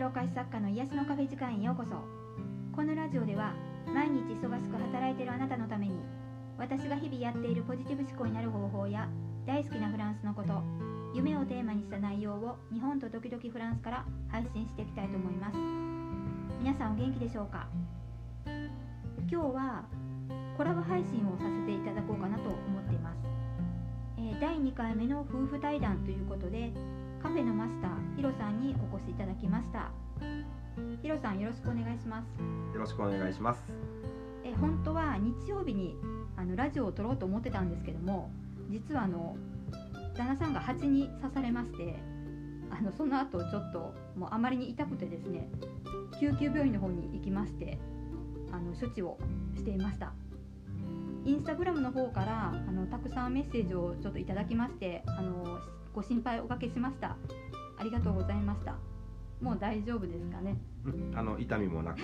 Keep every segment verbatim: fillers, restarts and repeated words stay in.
お菓子作家の癒しのカフェ時間へようこそ。このラジオでは毎日忙しく働いているあなたのために、私が日々やっているポジティブ思考になる方法や大好きなフランスのこと、夢をテーマにした内容を日本と時々フランスから配信していきたいと思います。皆さんお元気でしょうか。今日はコラボ配信をさせていただこうかなと思っています。えー、だいにかいめの夫婦対談ということで、カフェのマスターヒロさんにお越しいただきました。ヒロさん、よろしくお願いします。 よろしくお願いします。 えー、本当は日曜日にあのラジオを撮ろうと思ってたんですけども、実はあの旦那さんが蜂に刺されまして、あのその後ちょっともうあまりに痛くてですね、救急病院の方に行きまして、あの処置をしていました。インスタグラムの方からあのたくさんメッセージをちょっといただきまして、あのご心配おかけしました。ありがとうございました。もう大丈夫ですかね。 うん、あの痛みもなく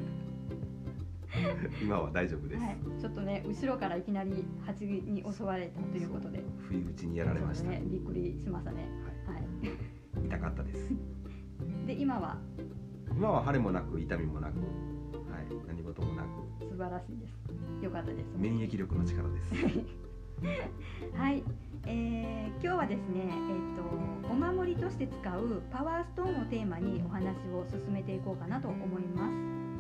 今は大丈夫です、 はい、ちょっとね、後ろからいきなり蜂に襲われたということで、 不意打ちにやられました。 ね、びっくりしましたね。 はい、 はい、 痛かったです。 で、今は今は腫れもなく痛みもなく、はい、何事もなく素晴らしいです。よかったです。 免疫力の力ですはい、えー、今日はですね、えーと、お守りとして使うパワーストーンをテーマにお話を進めていこうかなと思います。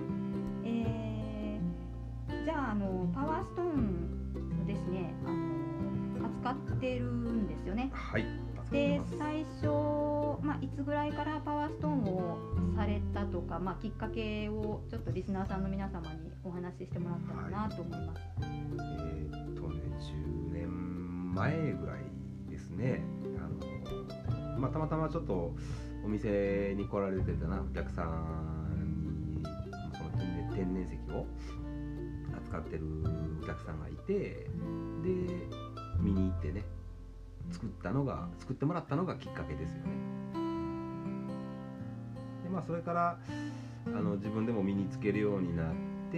えー、じゃあ、あのパワーストーンをですね、あの扱ってるんですよね。 はい。 で、最初、まあ、いつぐらいからパワーストーンをされたとか、まあ、きっかけをちょっとリスナーさんの皆様にお話ししてもらったらなと思います。 はい、えー、っとねじゅうねんまえぐらいですね。あの、まあ、たまたまちょっとお店に来られてたなお客さんにその天然石を扱ってるお客さんがいて、で見に行ってね、作ったのが作ってもらったのがきっかけですよね。で、まあ、それからあの自分でも身につけるようになって、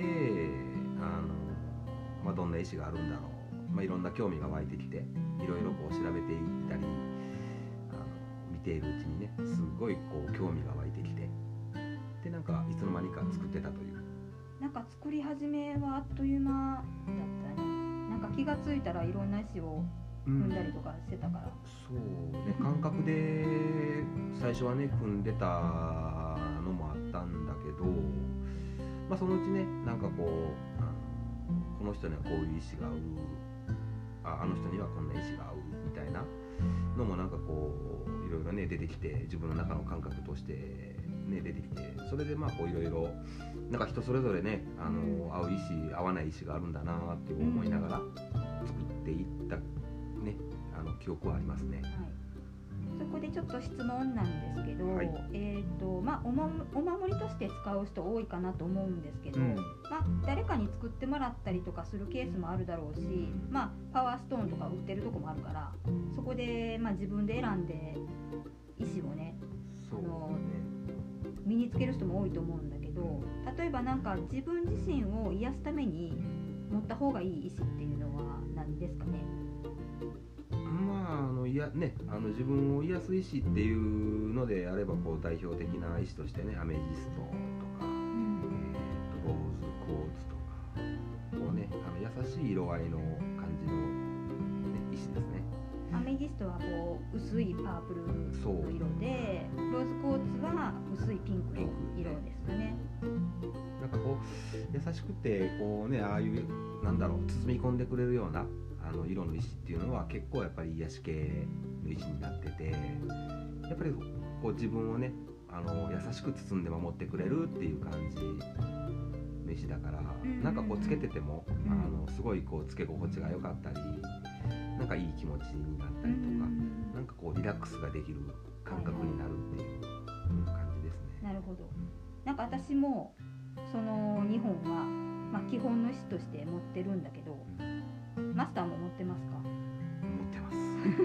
あの、まあ、どんな石があるんだろう、まあ、いろんな興味が湧いてきて、いろいろこう調べていったり、あの見ているうちにね、すごいこう興味が湧いてきて、でなんかいつの間にか作ってたという。 なんか作り始めはあっという間だったね。なんか気がついたらいろんな石を組んだりとかしてたから、うん、 そうね、感覚で最初はね組んでたのもあったんだけど、まあ、そのうちね、なんかこうあのこの人にはこういう石が合う、あ、あの人にはこんな石が合うみたいなのもなんかこういろいろね出てきて、自分の中の感覚としてね出てきて、それでまあこういろいろなんか人それぞれね、あの、うん、合う石合わない石があるんだなって思いながら作っていったね、あの記憶はありますね。はい、 そこでちょっと質問なんですけど、はい、えーとまあ、お, もお守りとして使う人多いかなと思うんですけど、うん、まあ、誰かに作ってもらったりとかするケースもあるだろうし、まあ、パワーストーンとか売ってるとこもあるから、そこで、まあ、自分で選んで石をね、 そうね、あの身につける人も多いと思うんだけど、例えばなんか自分自身を癒すために持った方がいい石っていうのは何ですかね。 まあ、あのいやね、あの自分を癒す石っていうのであれば、こう代表的な石としてね、アメジストとか、うん、えー、とローズクォーツとか、こうね、あの優しい色合いの感じの、ね、石ですね。 アメジストはこう薄いパープルの色で、ローズクォーツは薄いピンクの色ですかね。 なんかこう優しくてこうね、ああいうなんだろう、包み込んでくれるようなあの色の石っていうのは結構やっぱり癒し系の石になってて、やっぱりこう自分をね、あの優しく包んで守ってくれるっていう感じの石だから、うん、なんかこうつけてても、うん、あのすごいこうつけ心地が良かったり、なんかいい気持ちになったりとか、うん、なんかこうリラックスができる感覚になるっていう感じですね。 なるほど。なんか私もそのにほんは、まあ、基本の石として持ってるんだけど、うん、マスターも持ってますか？ 持ってます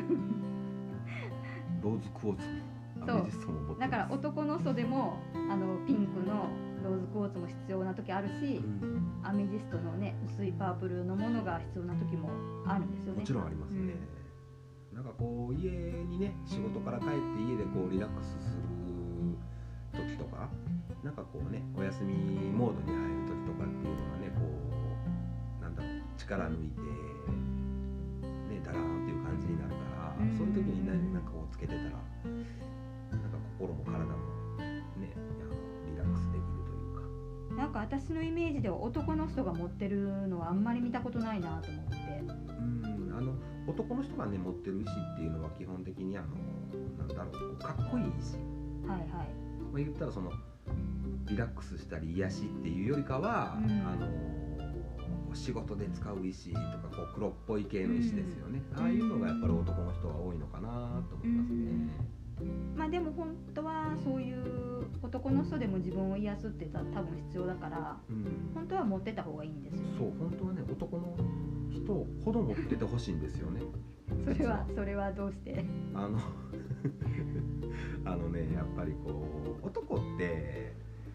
ローズクォーツもアメジストも持ってます。 だから男の人でもあのピンクのローズクォーツも必要な時あるし、うん、アメジストのね薄いパープルのものが必要な時もあるんですよね。 もちろんありますね、うん、なんかこう家にね仕事から帰って家でこうリラックスする時とか、なんかこうねお休みモードに入る時とかっていうのはね、こうなんだろう、力抜いてねだらーんっていう感じになるから、うん、そういう時に何なんかこうつけてたら、なんか心も体もねリラックスできるというか。 なんか私のイメージでは男の人が持ってるのはあんまり見たことないなと思って。 うん、あの男の人がね持ってる石っていうのは基本的にあのなんだろう、かっこいい石。 はいはい。 まあ、言ったらそのリラックスしたり癒しっていうよりかは、うん、あの仕事で使う石とかこう黒っぽい系の石ですよね、うん、ああいうのがやっぱり男の人は多いのかなと思いますね、 うん、まあでも本当はそういう男の人でも自分を癒すって多分必要だから、うん、本当は持ってた方がいいんですよ。 そう、本当はね男の人ほど持っててほしいんですよねそれはそれはどうして？ あのあのねやっぱりこう男って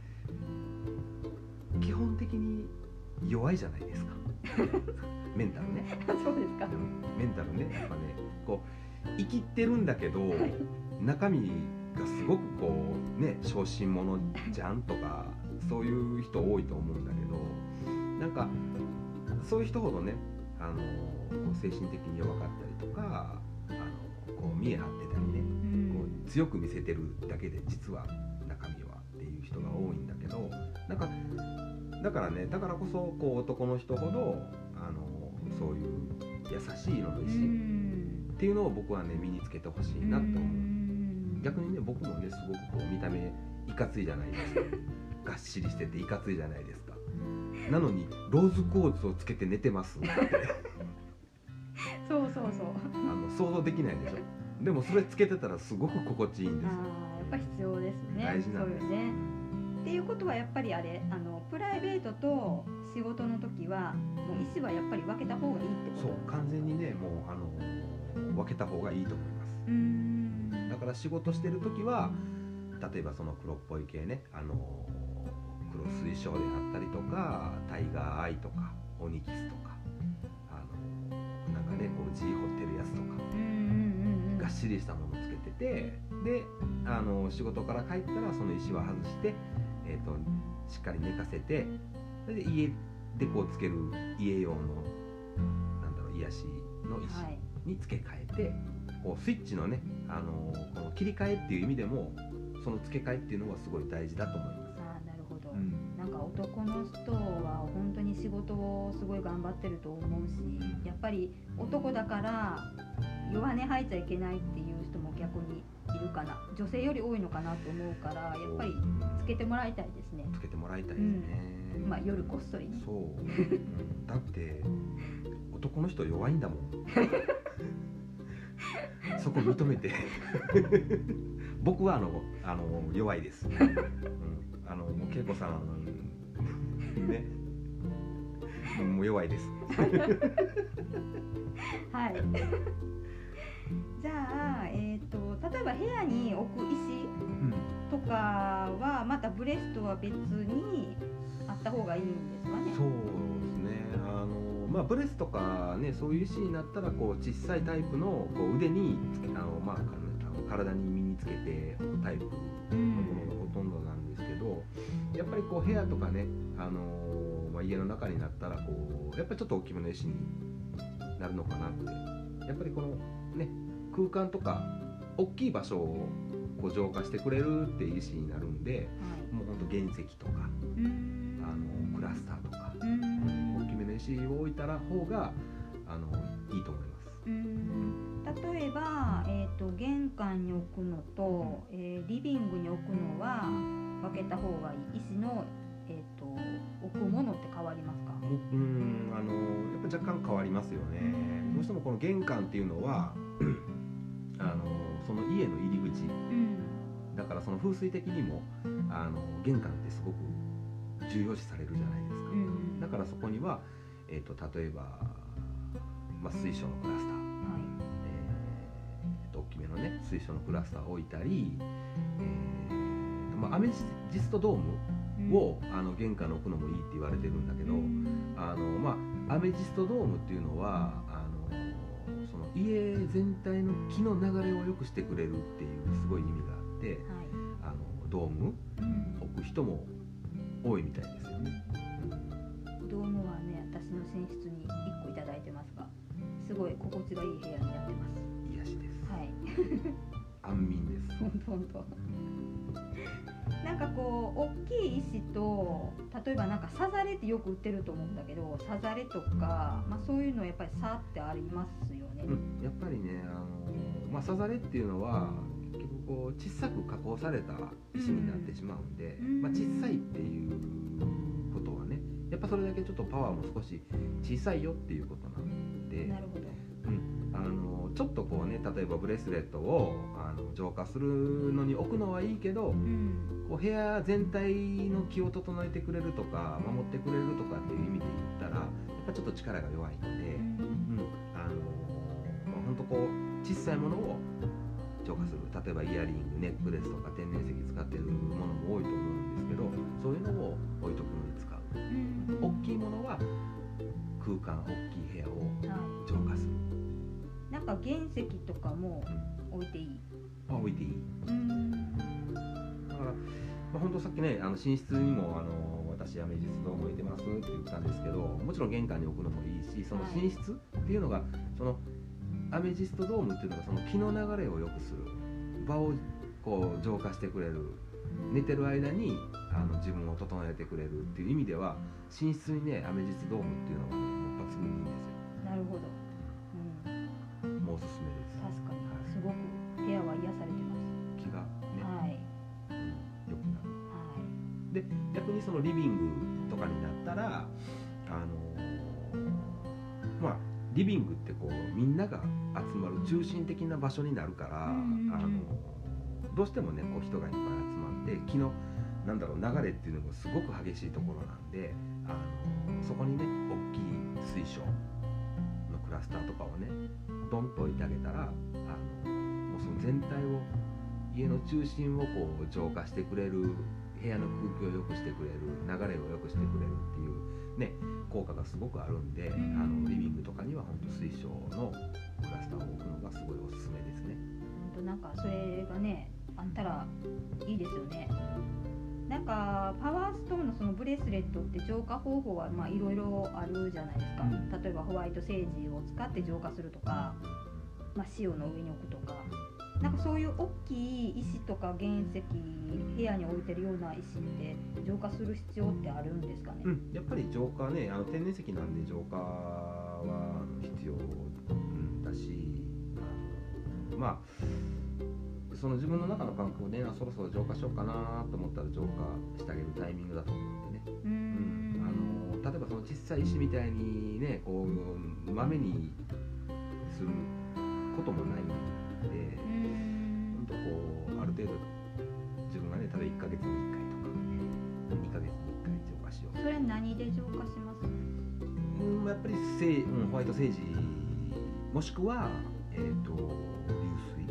基本的に弱いじゃないですかメンタルねそうですか。 メンタルね、やっぱねこう生きってるんだけど、はい、中身がすごくこうね小心者じゃんとかそういう人多いと思うんだけど、なんかそういう人ほどねあの精神的に弱かったりとか、あのこう見え張ってたりね、うん、こう強く見せてるだけで実は中身はっていう人が多いんだけど、なんかだからねだからこそこう男の人ほどあのそういう優しい色の石っていうのを僕はね身につけてほしいなと思う。逆にね僕もねすごくこう見た目いかついじゃないですかがっしりしてていかついじゃないですか。なのにローズクォーツをつけて寝てますってそうそうそうあの想像できないでしょ。でもそれつけてたらすごく心地いいんですよ。 あやっぱ必要ですね。 大事なんです。 そうよね。っていうことはやっぱりあれあのプライベートと仕事の時はもう石はやっぱり分けた方がいいってこと。 そう完全にねもうあの分けた方がいいと思います。うーんだから仕事してる時は例えばその黒っぽい系ねあの黒水晶であったりとかタイガーアイとかオニキスとかあのなんかねこう G 彫ってるやつとかがっしりしたものをつけてて、であの仕事から帰ったらその石は外して、えーと、しっかり寝かせて、それで家でこうつける家用のなんだろう癒しの石に付け替えて、はい、こうスイッチのねあのこの切り替えっていう意味でもその付け替えっていうのはすごい大事だと思います。 うん、なんか男の人は本当に仕事をすごい頑張ってると思うし、やっぱり男だから弱音吐いちゃいけないっていう人も逆にいるかな、女性より多いのかなと思うから、やっぱりつけてもらいたいですね。 つけてもらいたいですね、 うん、まあ夜こっそりね。 そう、うん、だって男の人弱いんだもんそこ認めて僕はあのあの弱いです、うん、あのもう恵子さんねもう弱いですはいじゃあ、えーと、例えば部屋に置く石とかはまたブレスとは別にあった方がいいんですかね。 そうですね、あの、まあ、ブレスとかねそういう石になったらこう小さいタイプのこう腕につけあの、まあ、体に身につけてタイプのものがほとんどなんですけど、やっぱりこう部屋とかね、あのーまあ、家の中になったらこうやっぱりちょっと大きめの石になるのかなって、やっぱりこのね空間とか大きい場所をこう浄化してくれるっていう石になるんで、はい、もうほんと原石とかあのクラスターとか大きめの石を置いたら方があのいいと思います。 うん例えば、えーと、玄関に置くのと、えー、リビングに置くのは分けた方がいい。石の、えーと、置くものって変わりますか？ うんあのやっぱ若干変わりますよね。どうしてもこの玄関っていうのはあのその家の入り口、うん、だからその風水的にもあの玄関ってすごく重要視されるじゃないですか、うん、だからそこには、えーと、例えば、まあ、水晶のクラスター、はいえー、大きめのね水晶のクラスターを置いたり、えーまあ、アメジストドームを、うん、あの玄関に置くのもいいって言われてるんだけど、うん、あのまあ、アメジストドームっていうのはあのその家全体の気の流れを良くしてくれるっていうすごい意味があって、はい、あのドームうん置く人も多いみたいですよね。 ドームはね、私の寝室にいっこいただいてますが、すごい心地がいい部屋になってます。 癒しです。 はい安眠です。 ほんとほんと。なんかこう大きい石と、例えばなんかさざれってよく売ってると思うんだけど、さざれとか、まあ、そういうのやっぱり差ってありますよね。 うん、やっぱりね、あのまあ、さざれっていうのは結局こう小さく加工された石になってしまうんで、 うんまあ、小さいっていうことはね、やっぱそれだけちょっとパワーも少し小さいよっていうことなんで、 なるほど。 うん、あのちょっとこうね、例えばブレスレットをあの浄化するのに置くのはいいけど、 うんこう部屋全体の気を整えてくれるとか守ってくれるとかっていう意味で言ったら、やっぱちょっと力が弱いんで、 うんうん、あのまあ、ほんとこう小さいものを浄化する、例えばイヤリング、ネックレスとか天然石使ってるものも多いと思うんですけど、そういうのを置いとくのに使う。 うん大きいものは空間、大きい部屋をは浄化する。 い、なんか原石とかも置いていい。 あ、置いていい。 うんだから、まあ、本当さっきね、あの寝室にもあの私アメジスト置いてますって言ったんですけど、もちろん玄関に置くのもいいし、その寝室っていうのが、そのアメジストドームっていうのがその気の流れを良くする、場をこう浄化してくれる、寝てる間にあの自分を整えてくれるっていう意味では、寝室にねアメジストドームっていうのがね、もう抜群にいいんですよ。 なるほど。うん、 もうおすすめです。 確かに、 はい、 すごく部屋は癒されてます。 気がね、 はいうん、良くなる。 はい。 で、逆にそのリビングとかになったら、あのー、まあリビングってこうみんなが集まる中心的な場所になるから、 うんうんうん、 あのー、どうしてもねこう人がいっぱい集まって気のなんだろう流れっていうのもすごく激しいところなんで、あのー、そこにね大きい水晶のクラスターとかをねドンと置いてあげたら、あのもうその全体を家の中心をこう浄化してくれる、部屋の空気を良くしてくれる、流れを良くしてくれるっていうね効果がすごくあるんで、あのリビングとかには本当水晶のクラスターを置くのがすごいおすすめですね。 本当なんかそれがねあったらいいですよね。なんかパワーストーンのそのブレスレットって浄化方法はまあいろいろあるじゃないですか、うん、例えばホワイトセージを使って浄化するとか、まあ、塩の上に置くとか、なんかそういう大きい石とか原石、部屋に置いてるような石って浄化する必要ってあるんですかね。 うん、やっぱり浄化ね、あの天然石なんで浄化は必要だし、あのまあその自分の中の感覚で、ね、そろそろ浄化しようかなと思ったら浄化してあげるタイミングだと思うんでね。うん、あの例えばその小さい石みたいにねこうまめにすることもないんで、ほんとこうある程度自分がね、例えばいっかげつにいっかいとかにかげつにいっかい浄化しよう。 それは何で浄化します？ うん、やっぱりセー、うん、ホワイトセージもしくは、えーと、流水。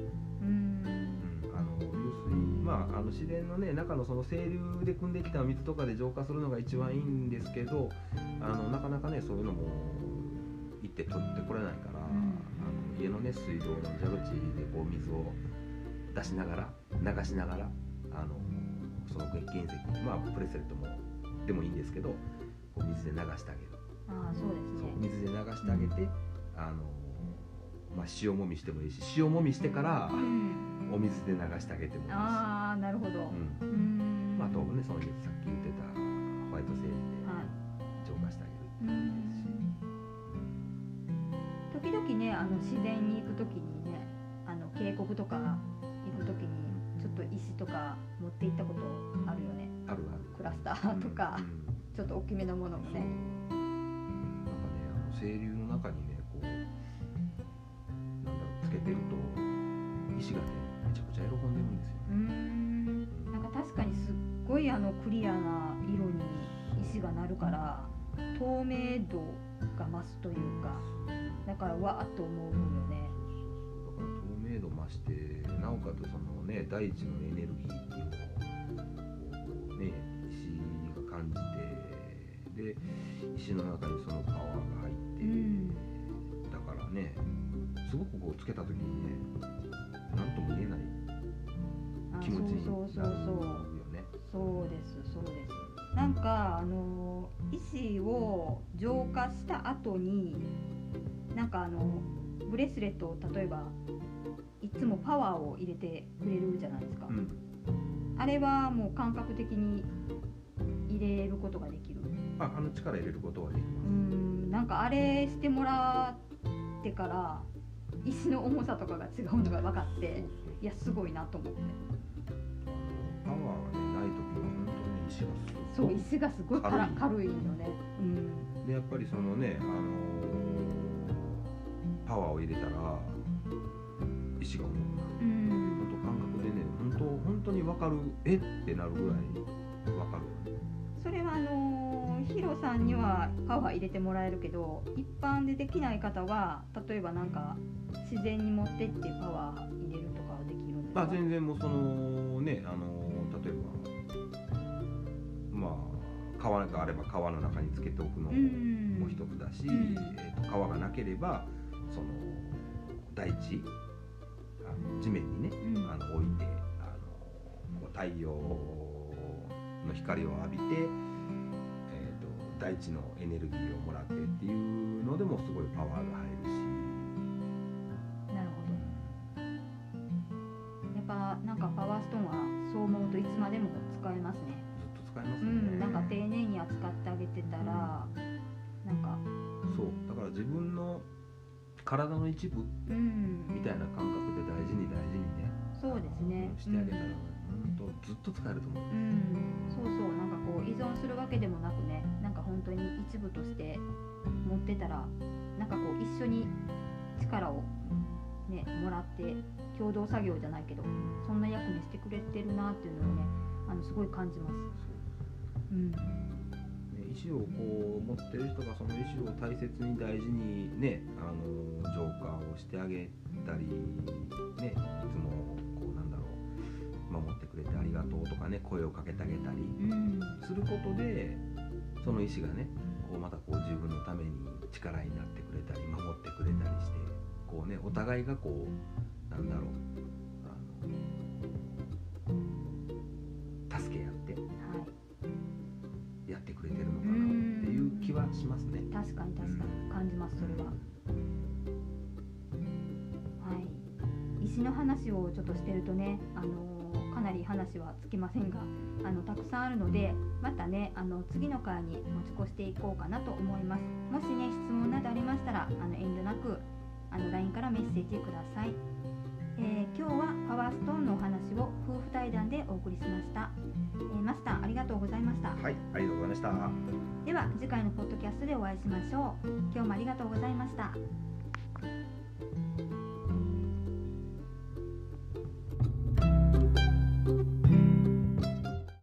まあ、あの自然の、ね、中のその清流で汲んできた水とかで浄化するのが一番いいんですけど、あのなかなかねそういうのも行って取ってこれないから、うん、あの家の、ね、水道の蛇口でこう水を出しながら流しながら、あのその原石、まあブレスレットもでもいいんですけど、こう水で流してあげる。 ああ、そうですね。 そう、水で流してあげて、うん、あのまあ、塩もみしてもいいし、塩もみしてから、うん、お水で流してあげてもいいし。 ああ、なるほど。うん、 うん、まあ、あとね、そのさっき言ってたホワイトセージで浄化してあげるっていうのもいいですし、時々ね、あの自然に行く時にね、あの渓谷とか行く時にちょっと石とか持って行ったことあるよね。 あるある。 クラスターとか、うん、ちょっと大きめのものもね。 なんかね、あの清流の中にね、こうつけてると石がねめちゃくちゃ喜んでるんですよね。うーん、なんか確かにすっごいあのクリアな色に石がなるから透明度が増すというか、だからわーっと思うよね。 そうそうそう、だから透明度増して、なおかつそのね大地のエネルギーっていうのをこうね石が感じて、で石の中にそのパワーが入って、うん、だからねすごくこうつけた時にね、なんとも言えない気持ちになるよね。 そうそうそうそうですそうです。なんかあの石を浄化した後になんかあのブレスレットを例えばいつもパワーを入れてくれるじゃないですか、うん、あれはもう感覚的に入れることができる。 あ、あの力入れることはできます。 うーん、なんかあれしてもらってから石の重さとかが違うのが分かって、いやすごいなと思って。 パワーが、ね、ない時は本当に石がすごいそう石がすごい軽い軽いよね、うん、 でやっぱりそのね、あのー、パワーを入れたら石が重くなる、うん、本当感覚でね、本当本当に分かる、えってなるぐらい分かるよね。 それはあのー、ヒロさんにはパワー入れてもらえるけど、一般でできない方は例えばなんか自然に持ってってパワー入れるとかはできるんですか？ あ、全然もうそのね、あのー、例えばまあ川があれば川の中につけておくのも一つだし、うん、えーと、川がなければその大地、あの地面にね、うん、あの置いて、あの太陽の光を浴びて、えーと、大地のエネルギーをもらってっていうのでもすごいパワーが入るし。 なるほど。やっぱなんかパワーストーンはそう思うといつまでも使えますね。 ずっと使えますね、うん、 なんか丁寧に扱ってあげてたら、うん、なんかそうだから自分の体の一部みたいな感覚で大事に大事にね、 そうですね、 してあげたら、うん、とずっと使えると思う、 うん、そうそう、なんかこう依存するわけでもなくね、なんか本当に一部として持ってたら、なんかこう一緒に力をねもらって共同作業じゃないけど、そんな役にしてくれてるなっていうのをね、あのすごい感じます。うん、 石をこう持ってる人がその石を大切に大事にね、あの浄化をしてあげたりね、いつもこうなんだろう、守ってくれてありがとうとかね、声をかけてあげたりすることで、その石がね、こうまたこう自分のために力になってくれたり守ってくれたりして、こうね、お互いがこうなんだろう、あの助け合って、はい、やってくれてるのかなっていう気はしますね。 確かに確かに感じます、それは。はい、石の話をちょっとしてるとね、あのー、かなり話はつきませんが、あのたくさんあるので、またね、あの次の回に持ち越していこうかなと思います。もしね、質問などありましたら、あの遠慮なくあの ライン からメッセージください。えー、今日はパワーストーンのお話を夫婦対談でお送りしました。えー、マスターありがとうございました。 はい、ありがとうございました。 では次回のポッドキャストでお会いしましょう。今日もありがとうございました。